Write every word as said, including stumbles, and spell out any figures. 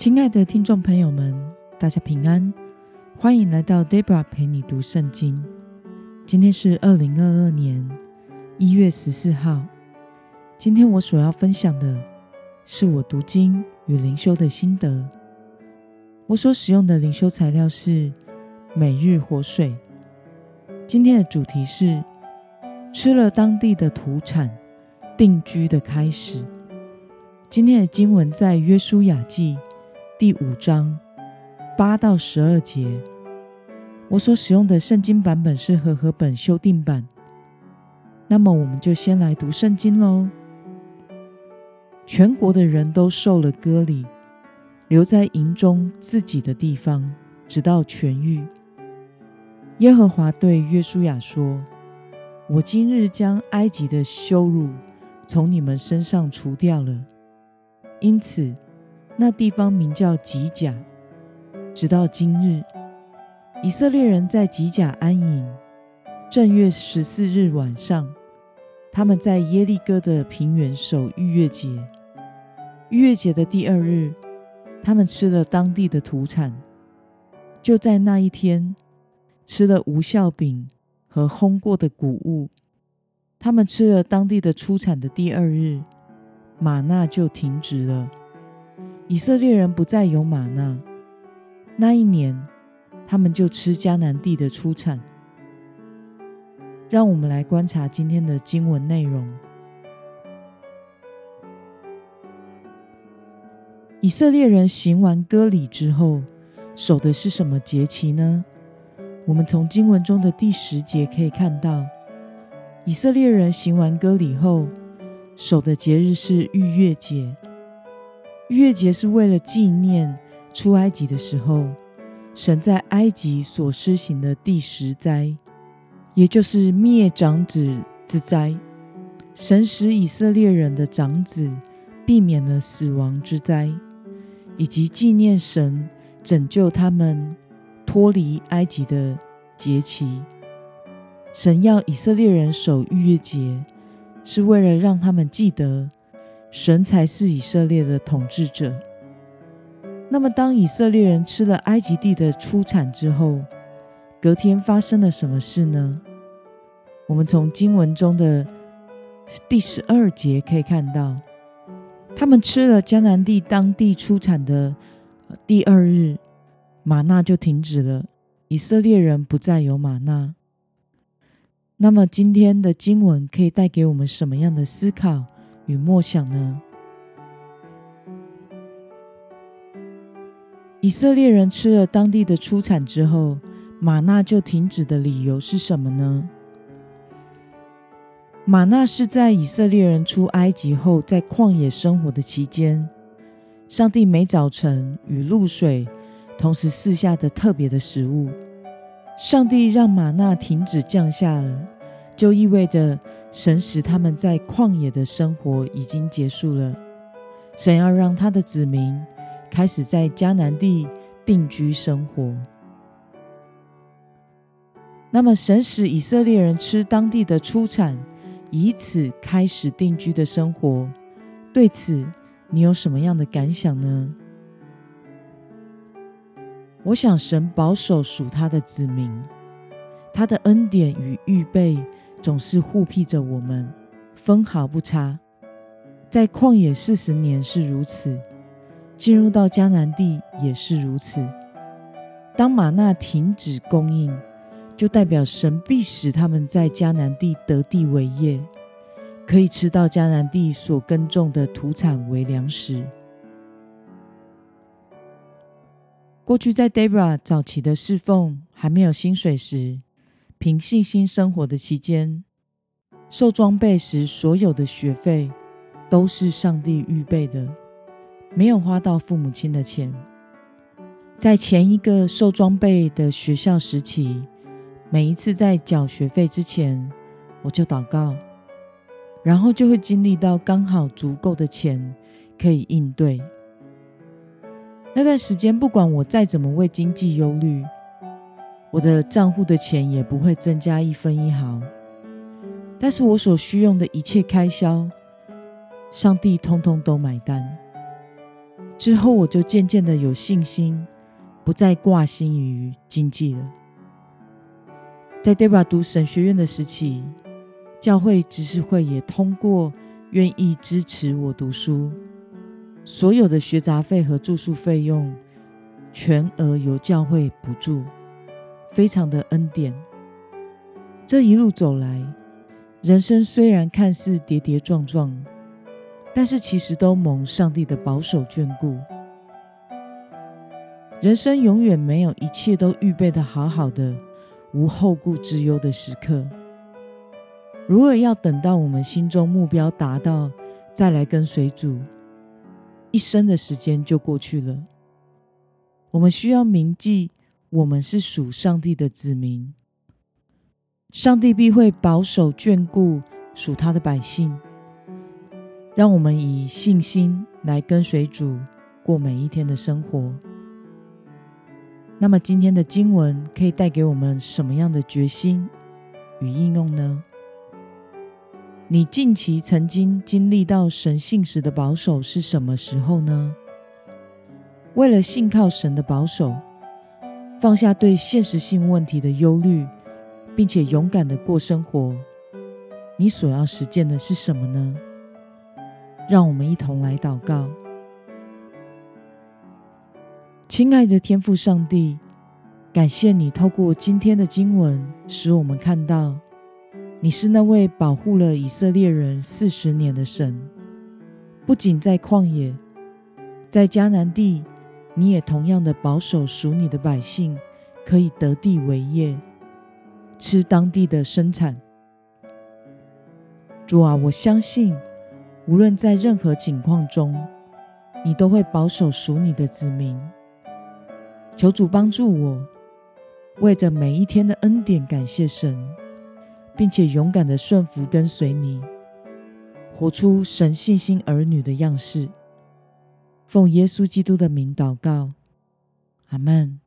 亲爱的听众朋友们，大家平安，欢迎来到 Debra 陪你读圣经。今天是二零二二年一月十四号。今天我所要分享的是我读经与灵修的心得。我所使用的灵修材料是每日活水。今天的主题是吃了当地的土产，定居的开始。今天的经文在约书亚记第五章八到十二节。我所使用的圣经版本是和合本修订版。那么我们就先来读圣经咯。全国的人都受了割礼，留在营中自己的地方，直到痊愈。耶和华对约书亚说：我今日将埃及的羞辱从你们身上除掉了。因此那地方名叫吉甲，直到今日。以色列人在吉甲安营。正月十四日晚上，他们在耶利哥的平原守逾越节。逾越节的第二日，他们吃了当地的土产。就在那一天，吃了无酵饼和烘过的谷物。他们吃了当地的出产的第二日，玛纳就停止了。以色列人不再有玛纳。那一年，他们就吃迦南地的出产。让我们来观察今天的经文内容。以色列人行完割礼之后，守的是什么节期呢？我们从经文中的第十节可以看到，以色列人行完割礼后，守的节日是逾越节。逾越节是为了纪念出埃及的时候，神在埃及所施行的第十灾，也就是灭长子之灾。神使以色列人的长子避免了死亡之灾，以及纪念神拯救他们脱离埃及的节期。神要以色列人守逾越节，是为了让他们记得神才是以色列的统治者。那么当以色列人吃了埃及地的出产之后，隔天发生了什么事呢？我们从经文中的第十二节可以看到，他们吃了迦南地当地出产的第二日，玛纳就停止了，以色列人不再有玛纳。那么今天的经文可以带给我们什么样的思考与默想呢？以色列人吃了当地的出产之后，玛纳就停止的理由是什么呢？玛纳是在以色列人出埃及后，在旷野生活的期间，上帝每早晨与露水同时赐下的特别的食物。上帝让玛纳停止降下了，就意味着神使他们在旷野的生活已经结束了。神要让他的子民开始在迦南地定居生活。那么神使以色列人吃当地的出产，以此开始定居的生活，对此你有什么样的感想呢？我想神保守属他的子民，他的恩典与预备总是护庇着我们，分毫不差。在旷野四十年是如此，进入到迦南地也是如此。当玛纳停止供应，就代表神必使他们在迦南地得地为业，可以吃到迦南地所耕种的土产为粮食。过去在 Debra 早期的侍奉还没有薪水时，凭信心生活的期间，受装备时所有的学费都是上帝预备的，没有花到父母亲的钱。在前一个受装备的学校时期，每一次在缴学费之前，我就祷告，然后就会经历到刚好足够的钱可以应对。那段时间，不管我再怎么为经济忧虑，我的账户的钱也不会增加一分一毫。但是我所需用的一切开销，上帝通通都买单。 之后我就渐渐的有信心，不再挂心于经济了。在 Deborah 读神学院的时期，教会知识会也通过愿意支持我读书，所有的学杂费和住宿费用全额由教会补助，非常的恩典。这一路走来，人生虽然看似跌跌撞撞，但是其实都蒙上帝的保守眷顾。人生永远没有一切都预备得好好的，无后顾之忧的时刻。如果要等到我们心中目标达到，再来跟随主，一生的时间就过去了。我们需要铭记，我们是属上帝的子民，上帝必会保守眷顾属他的百姓。让我们以信心来跟随主，过每一天的生活。那么今天的经文可以带给我们什么样的决心与应用呢？你近期曾经经历到神信实的保守是什么时候呢？为了信靠神的保守，放下对现实性问题的忧虑，并且勇敢地过生活，你所要实践的是什么呢？让我们一同来祷告。亲爱的天父上帝，感谢你透过今天的经文，使我们看到你是那位保护了以色列人四十年的神。不仅在旷野，在迦南地，你也同样的保守属你的百姓可以得地为业，吃当地的生产。主啊，我相信无论在任何境况中，你都会保守属你的子民。求主帮助我，为着每一天的恩典感谢神，并且勇敢的顺服跟随你，活出神信心儿女的样式。奉耶稣基督的名祷告，阿们。